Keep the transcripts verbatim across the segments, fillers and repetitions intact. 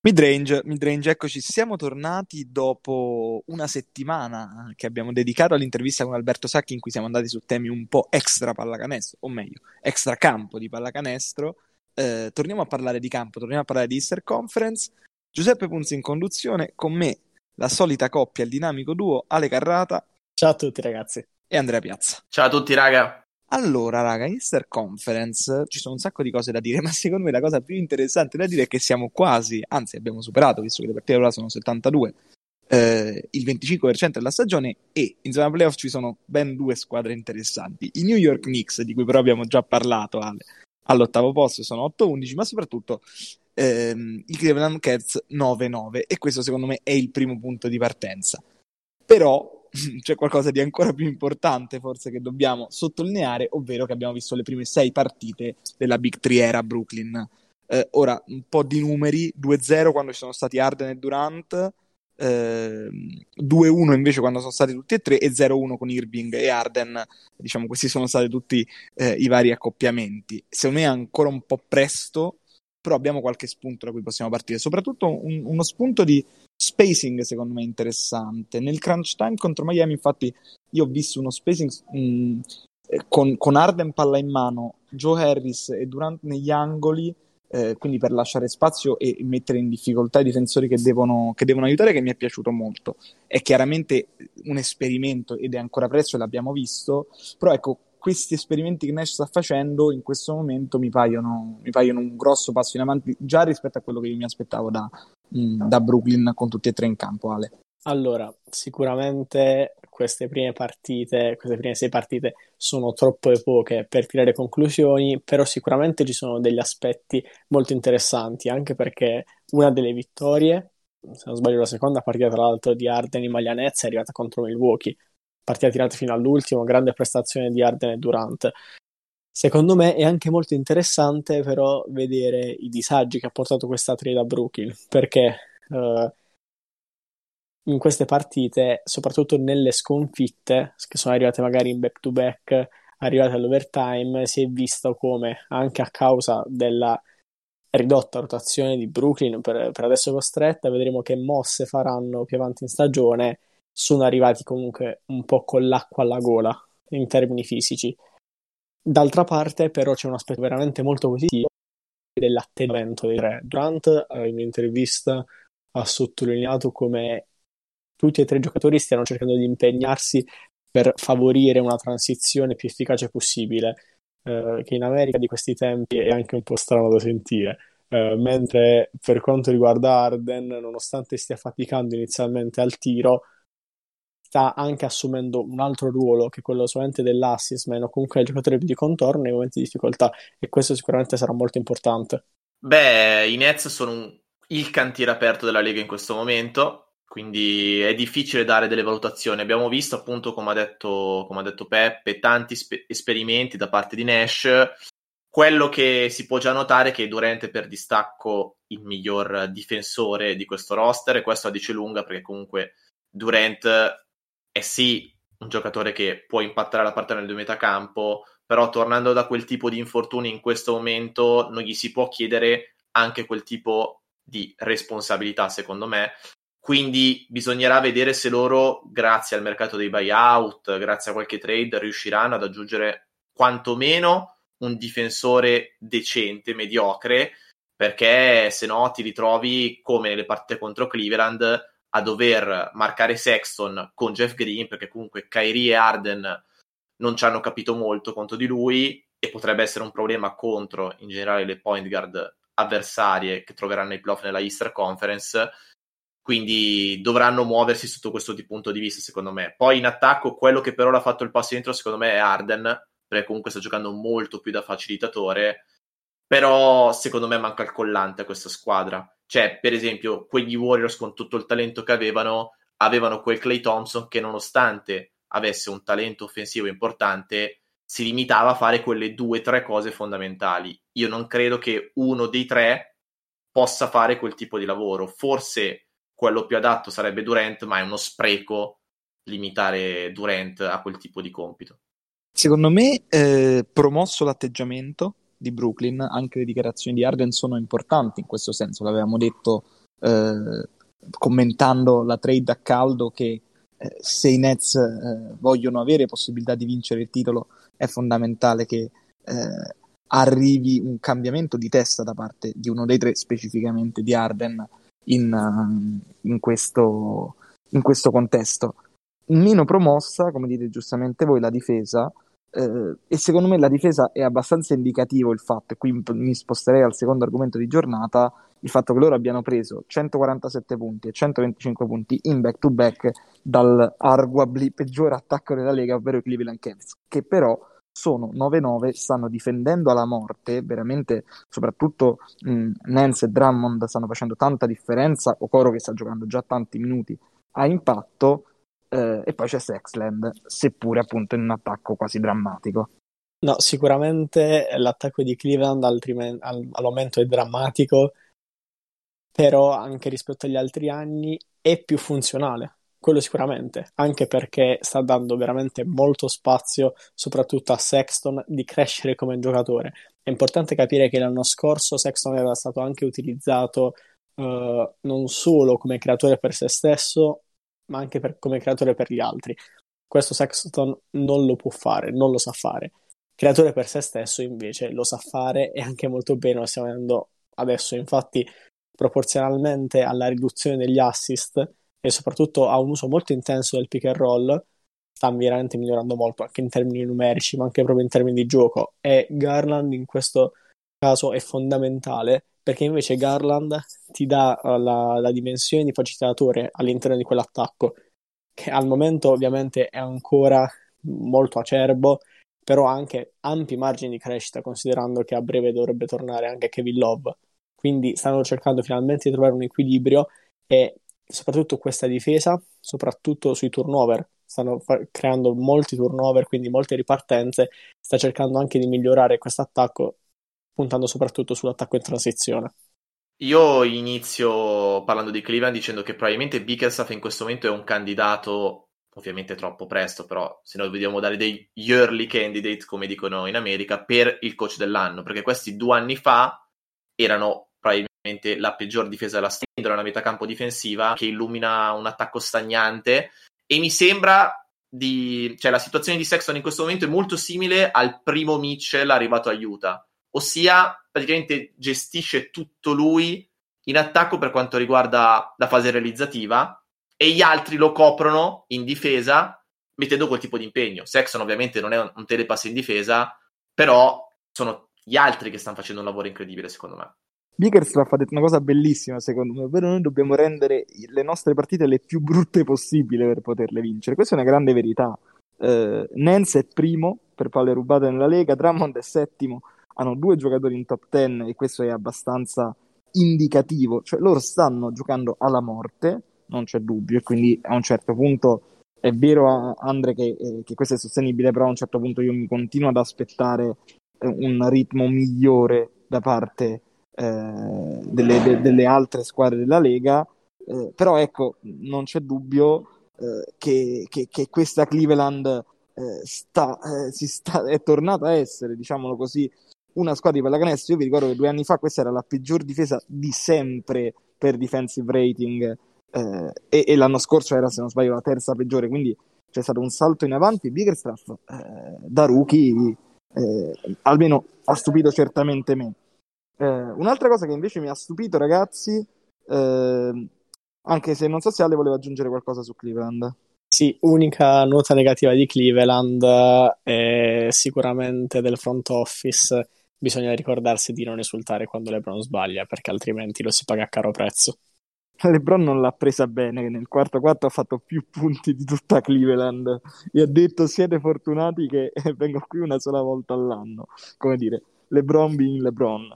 Midrange, midrange, eccoci, siamo tornati dopo una settimana che abbiamo dedicato all'intervista con Alberto Sacchi, in cui siamo andati su temi un po' extra pallacanestro, o meglio, extra campo di pallacanestro. Eh, torniamo a parlare di campo, torniamo a parlare di Easter Conference. Giuseppe Punzi in conduzione, con me la solita coppia, il dinamico duo Ale Carrata. Ciao a tutti ragazzi. E Andrea Piazza. Ciao a tutti raga. Allora, raga, in Easter Conference ci sono un sacco di cose da dire, ma secondo me la cosa più interessante da dire è che siamo quasi, anzi abbiamo superato, visto che le partite ora sono settantadue, eh, il venticinque per cento della stagione, e in zona playoff ci sono ben due squadre interessanti. I New York Knicks, di cui però abbiamo già parlato, Ale, all'ottavo posto sono otto undici, ma soprattutto ehm, i Cleveland Cavs nove nove, e questo secondo me è il primo punto di partenza. Però c'è qualcosa di ancora più importante forse che dobbiamo sottolineare, ovvero che abbiamo visto le prime sei partite della Big Three era Brooklyn. Eh, ora, un po' di numeri: due zero quando ci sono stati Harden e Durant, eh, due uno invece quando sono stati tutti e tre, e zero uno con Irving e Harden. Diciamo, questi sono stati tutti eh, i vari accoppiamenti. Secondo me è ancora un po' presto, però abbiamo qualche spunto da cui possiamo partire, soprattutto un, uno spunto di spacing secondo me interessante. Nel crunch time contro Miami, infatti, io ho visto uno spacing mh, con, con Harden palla in mano, Joe Harris e Durant negli angoli, eh, quindi per lasciare spazio e mettere in difficoltà i difensori che devono, che devono aiutare, che mi è piaciuto molto. È chiaramente un esperimento ed è ancora presto e l'abbiamo visto, però ecco, questi esperimenti che Nash sta facendo in questo momento mi paiono, mi paiono un grosso passo in avanti già rispetto a quello che io mi aspettavo da, mh, da Brooklyn con tutti e tre in campo, Ale. Allora, sicuramente queste prime partite, queste prime sei partite sono troppo poche per tirare conclusioni, però sicuramente ci sono degli aspetti molto interessanti, anche perché una delle vittorie, se non sbaglio la seconda partita tra l'altro di Harden in maglia Nets, è arrivata contro Milwaukee, partita tirata fino all'ultimo, grande prestazione di Harden e Durant. Secondo me è anche molto interessante però vedere i disagi che ha portato questa trade a Brooklyn, perché uh, in queste partite, soprattutto nelle sconfitte, che sono arrivate magari in back-to-back, arrivate all'overtime, si è visto come, anche a causa della ridotta rotazione di Brooklyn, per, per adesso costretta, vedremo che mosse faranno più avanti in stagione, sono arrivati comunque un po' con l'acqua alla gola, in termini fisici. D'altra parte, però, c'è un aspetto veramente molto positivo dell'atteggiamento dei tre. Durant, in un'intervista, ha sottolineato come tutti e tre i giocatori stiano cercando di impegnarsi per favorire una transizione più efficace possibile, eh, che in America di questi tempi è anche un po' strano da sentire. Eh, mentre per quanto riguarda Harden, nonostante stia faticando inizialmente al tiro, sta anche assumendo un altro ruolo, che è quello solamente dell'assist man o comunque il giocatore di contorno nei momenti di difficoltà, e questo sicuramente sarà molto importante. Beh, i Nets sono un, il cantiere aperto della Lega in questo momento, quindi è difficile dare delle valutazioni. Abbiamo visto, appunto, come ha detto, come ha detto Peppe, tanti spe- esperimenti da parte di Nash. Quello che si può già notare è che Durant è per distacco il miglior difensore di questo roster, e questo la dice lunga, perché comunque Durant è sì un giocatore che può impattare la partita nel due metà campo, però tornando da quel tipo di infortuni in questo momento non gli si può chiedere anche quel tipo di responsabilità, secondo me. Quindi bisognerà vedere se loro, grazie al mercato dei buyout, grazie a qualche trade, riusciranno ad aggiungere quantomeno un difensore decente, mediocre, perché se no ti ritrovi come nelle partite contro Cleveland a dover marcare Sexton con Jeff Green, perché comunque Kyrie e Harden non ci hanno capito molto contro di lui, e potrebbe essere un problema contro in generale le point guard avversarie che troveranno i playoff nella Easter Conference. Quindi dovranno muoversi sotto questo punto di vista, secondo me. Poi in attacco quello che però l'ha fatto il passo dentro secondo me è Harden, perché comunque sta giocando molto più da facilitatore, però secondo me manca il collante a questa squadra. Cioè, per esempio, quegli Warriors, con tutto il talento che avevano, avevano quel Klay Thompson che, nonostante avesse un talento offensivo importante, si limitava a fare quelle due o tre cose fondamentali. Io non credo che uno dei tre possa fare quel tipo di lavoro. Forse quello più adatto sarebbe Durant, ma è uno spreco limitare Durant a quel tipo di compito. Secondo me, eh, promosso l'atteggiamento di Brooklyn, anche le dichiarazioni di Harden sono importanti in questo senso, l'avevamo detto eh, commentando la trade a caldo che eh, se i Nets eh, vogliono avere possibilità di vincere il titolo è fondamentale che eh, arrivi un cambiamento di testa da parte di uno dei tre, specificamente di Harden, in, uh, in, questo, in questo contesto. Meno promossa, come dite giustamente voi, la difesa, eh, e secondo me la difesa è abbastanza indicativo il fatto, e qui mi sposterei al secondo argomento di giornata, il fatto che loro abbiano preso centoquarantasette punti e centoventicinque punti in back-to-back dal arguably peggiore attacco della Lega, ovvero i Cleveland Cavs, che però sono nove nove, stanno difendendo alla morte, veramente, soprattutto mh, Nance e Drummond stanno facendo tanta differenza, Okoro che sta giocando già tanti minuti a impatto, eh, e poi c'è Sexland, seppure appunto in un attacco quasi drammatico. No, sicuramente l'attacco di Cleveland altrime- al, al momento è drammatico, però anche rispetto agli altri anni è più funzionale, quello sicuramente, anche perché sta dando veramente molto spazio, soprattutto a Sexton, di crescere come giocatore. È importante capire che l'anno scorso Sexton era stato anche utilizzato uh, non solo come creatore per se stesso, ma anche per, come creatore per gli altri. Questo Sexton non lo può fare, non lo sa fare. Creatore per se stesso invece lo sa fare e anche molto bene, lo stiamo vedendo adesso, infatti proporzionalmente alla riduzione degli assist e soprattutto a un uso molto intenso del pick and roll sta veramente migliorando molto anche in termini numerici ma anche proprio in termini di gioco, e Garland in questo caso è fondamentale perché invece Garland ti dà la, la dimensione di facilitatore all'interno di quell'attacco che al momento ovviamente è ancora molto acerbo, però ha anche ampi margini di crescita considerando che a breve dovrebbe tornare anche Kevin Love. Quindi stanno cercando finalmente di trovare un equilibrio e soprattutto questa difesa, soprattutto sui turnover, stanno fa- creando molti turnover, quindi molte ripartenze, sta cercando anche di migliorare questo attacco, puntando soprattutto sull'attacco in transizione. Io inizio parlando di Cleveland dicendo che probabilmente Bickerstaff in questo momento è un candidato, ovviamente troppo presto, però se noi vogliamo dare dei yearly candidate, come dicono in America, per il coach dell'anno, perché questi due anni fa erano probabilmente la peggior difesa della storia, una metà campo difensiva che illumina un attacco stagnante, e mi sembra di, cioè la situazione di Sexton in questo momento è molto simile al primo Mitchell arrivato a Utah, ossia praticamente gestisce tutto lui in attacco per quanto riguarda la fase realizzativa e gli altri lo coprono in difesa mettendo quel tipo di impegno. Sexton ovviamente non è un, un telepass in difesa, però sono gli altri che stanno facendo un lavoro incredibile secondo me. Bickerstaff ha detto una cosa bellissima secondo me, ovvero noi dobbiamo rendere le nostre partite le più brutte possibili per poterle vincere. Questa è una grande verità. uh, Nance è primo per palle rubate nella Lega, Drummond è settimo, hanno due giocatori in top dieci e questo è abbastanza indicativo, cioè loro stanno giocando alla morte, non c'è dubbio, e quindi a un certo punto è vero, Andre, che, eh, che questo è sostenibile, però a un certo punto io mi continuo ad aspettare eh, un ritmo migliore da parte eh, delle, de, delle altre squadre della Lega, eh, però ecco, non c'è dubbio eh, che, che, che questa Cleveland eh, sta, eh, si sta, è tornata a essere, diciamolo così, una squadra di pallacanestro. Io vi ricordo che due anni fa questa era la peggior difesa di sempre per defensive rating, eh, e, e l'anno scorso era, se non sbaglio, la terza peggiore, quindi c'è stato un salto in avanti. Bickerstaff eh, da rookie eh, almeno ha stupito certamente me. Eh, un'altra cosa che invece mi ha stupito, ragazzi, eh, anche se non so se Ale voleva aggiungere qualcosa su Cleveland. Sì, unica nota negativa di Cleveland è sicuramente del front office. Bisogna ricordarsi di non esultare quando LeBron sbaglia, perché altrimenti lo si paga a caro prezzo. LeBron non l'ha presa bene, che nel quarto quarto ha fatto più punti di tutta Cleveland. Gli ha detto: siete fortunati che vengo qui una sola volta all'anno. Come dire, LeBron being LeBron.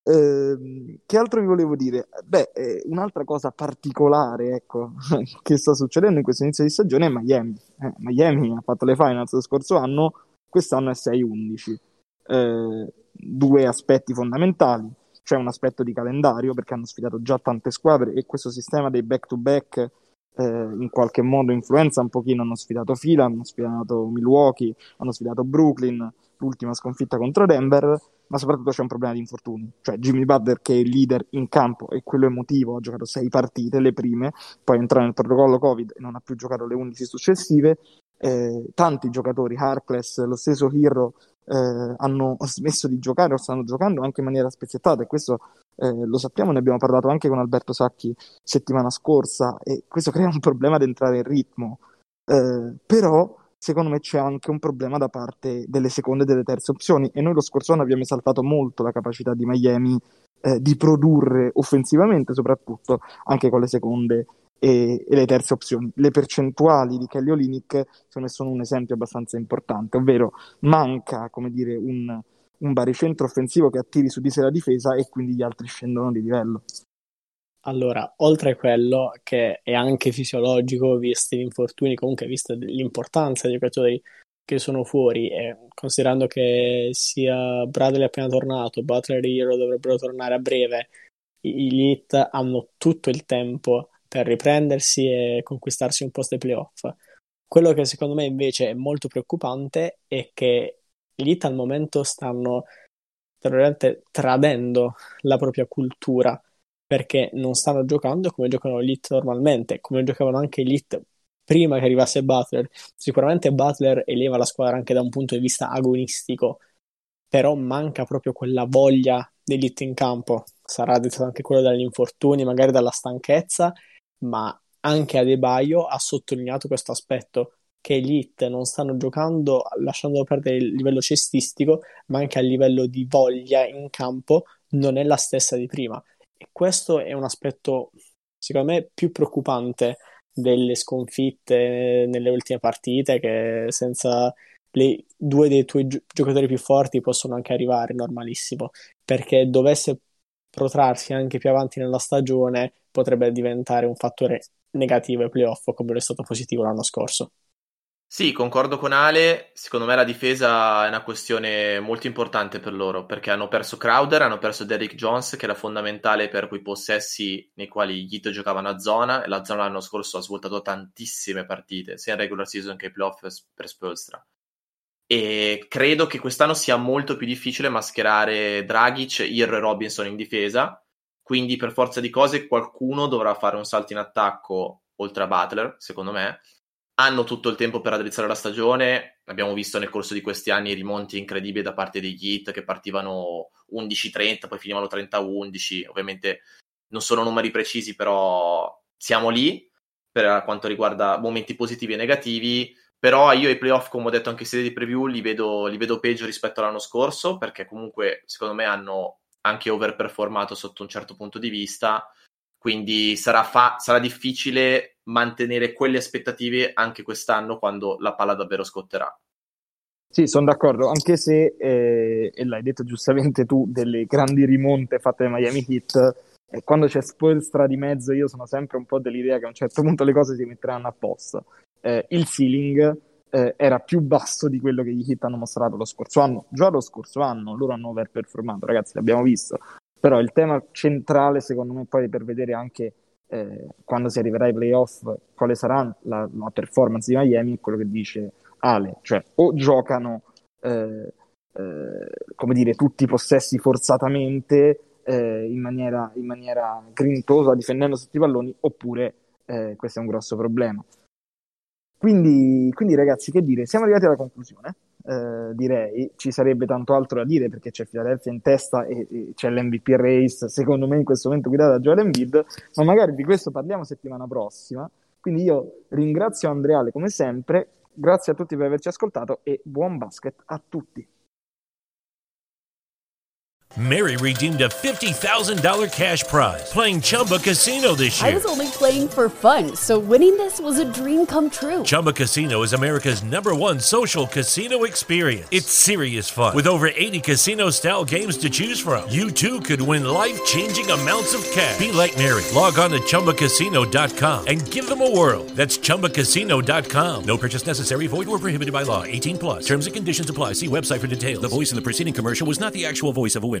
Eh, che altro vi volevo dire? Beh, eh, un'altra cosa particolare, ecco, che sta succedendo in questo inizio di stagione è Miami. Eh, Miami ha fatto le finals lo scorso anno, quest'anno è sei undici. Eh, due aspetti fondamentali. C'è un aspetto di calendario perché hanno sfidato già tante squadre e questo sistema dei back-to-back eh, in qualche modo influenza un pochino. Hanno sfidato Philly, hanno sfidato Milwaukee, hanno sfidato Brooklyn, l'ultima sconfitta contro Denver. ma soprattutto c'è un problema di infortuni, cioè Jimmy Butler, che è il leader in campo e quello emotivo, ha giocato sei partite, le prime, poi entrò nel protocollo Covid e non ha più giocato le undici successive. Eh, tanti giocatori, Harkless, lo stesso Herro, eh, hanno smesso di giocare o stanno giocando anche in maniera spezzettata, e questo eh, lo sappiamo, ne abbiamo parlato anche con Alberto Sacchi settimana scorsa, e questo crea un problema ad entrare in ritmo. Eh, però secondo me c'è anche un problema da parte delle seconde e delle terze opzioni, e noi lo scorso anno abbiamo esaltato molto la capacità di Miami eh, di produrre offensivamente, soprattutto anche con le seconde e, e le terze opzioni. Le percentuali di Kelly Olynyk secondo me sono un esempio abbastanza importante, ovvero manca, come dire, un, un baricentro offensivo che attiri su di sé la difesa, e quindi gli altri scendono di livello. Allora, oltre a quello che è anche fisiologico, visti gli infortuni, comunque vista l'importanza dei giocatori che sono fuori, e considerando che sia Bradley appena tornato, Butler e Herro dovrebbero tornare a breve, gli Heat hanno tutto il tempo per riprendersi e conquistarsi un posto ai playoff. Quello che secondo me invece è molto preoccupante è che gli Heat al momento stanno veramente tradendo la propria cultura, perché non stanno giocando come giocano gli Heat normalmente, come giocavano anche gli Heat prima che arrivasse Butler. Sicuramente Butler eleva la squadra anche da un punto di vista agonistico, però manca proprio quella voglia degli Heat in campo. Sarà dettato anche quello dagli infortuni, magari dalla stanchezza, ma anche Adebayo ha sottolineato questo aspetto, che gli Heat non stanno giocando lasciando perdere il livello cestistico, ma anche a livello di voglia in campo non è la stessa di prima. E questo è un aspetto, secondo me, più preoccupante delle sconfitte nelle ultime partite, che senza le due dei tuoi gi- giocatori più forti possono anche arrivare normalissimo, perché dovesse protrarsi anche più avanti nella stagione potrebbe diventare un fattore negativo ai playoff, come lo è stato positivo l'anno scorso. Sì, concordo con Ale, secondo me la difesa è una questione molto importante per loro, perché hanno perso Crowder, hanno perso Derrick Jones, che era fondamentale per quei possessi nei quali gli Heat giocavano a zona, e la zona l'anno scorso ha svoltato tantissime partite, sia in regular season che ai playoff per Spoelstra. E credo che quest'anno sia molto più difficile mascherare Dragic, Herro e Robinson in difesa, quindi per forza di cose qualcuno dovrà fare un salto in attacco oltre a Butler, secondo me. Hanno tutto il tempo per raddrizzare la stagione, abbiamo visto nel corso di questi anni rimonti incredibili da parte degli Heat che partivano undici trenta, poi finivano trenta undici, ovviamente non sono numeri precisi, però siamo lì per quanto riguarda momenti positivi e negativi. Però io i playoff, come ho detto anche in serie di preview, li vedo, li vedo peggio rispetto all'anno scorso, perché comunque secondo me hanno anche overperformato sotto un certo punto di vista, quindi sarà, fa- sarà difficile mantenere quelle aspettative anche quest'anno quando la palla davvero scotterà. Sì, sono d'accordo, anche se, eh, e l'hai detto giustamente tu, delle grandi rimonte fatte dai Miami Heat, eh, quando c'è Spoelstra di mezzo io sono sempre un po' dell'idea che a un certo punto le cose si metteranno a posto. Eh, il ceiling eh, era più basso di quello che gli Heat hanno mostrato lo scorso anno, già lo scorso anno loro hanno overperformato, ragazzi, l'abbiamo visto, però il tema centrale secondo me poi per vedere anche eh, quando si arriverà ai playoff quale sarà la, la performance di Miami è quello che dice Ale, cioè o giocano eh, eh, come dire tutti i possessi forzatamente eh, in maniera, in maniera grintosa difendendo tutti i palloni, oppure eh, questo è un grosso problema. Quindi, quindi ragazzi, che dire, siamo arrivati alla conclusione, eh, direi, ci sarebbe tanto altro da dire perché c'è Philadelphia in testa e, e c'è l'M V P race, secondo me in questo momento guidata da Joel Embiid, ma magari di questo parliamo settimana prossima. Quindi io ringrazio Andreale come sempre, grazie a tutti per averci ascoltato e buon basket a tutti. Mary redeemed a fifty thousand dollars cash prize playing Chumba Casino this year. I was only playing for fun, so winning this was a dream come true. Chumba Casino is America's number one social casino experience. It's serious fun. With over eighty casino-style games to choose from, you too could win life-changing amounts of cash. Be like Mary. Log on to Chumba Casino dot com and give them a whirl. That's Chumba Casino dot com. No purchase necessary. Void or prohibited by law. eighteen plus. Terms and conditions apply. See website for details. The voice in the preceding commercial was not the actual voice of a winner.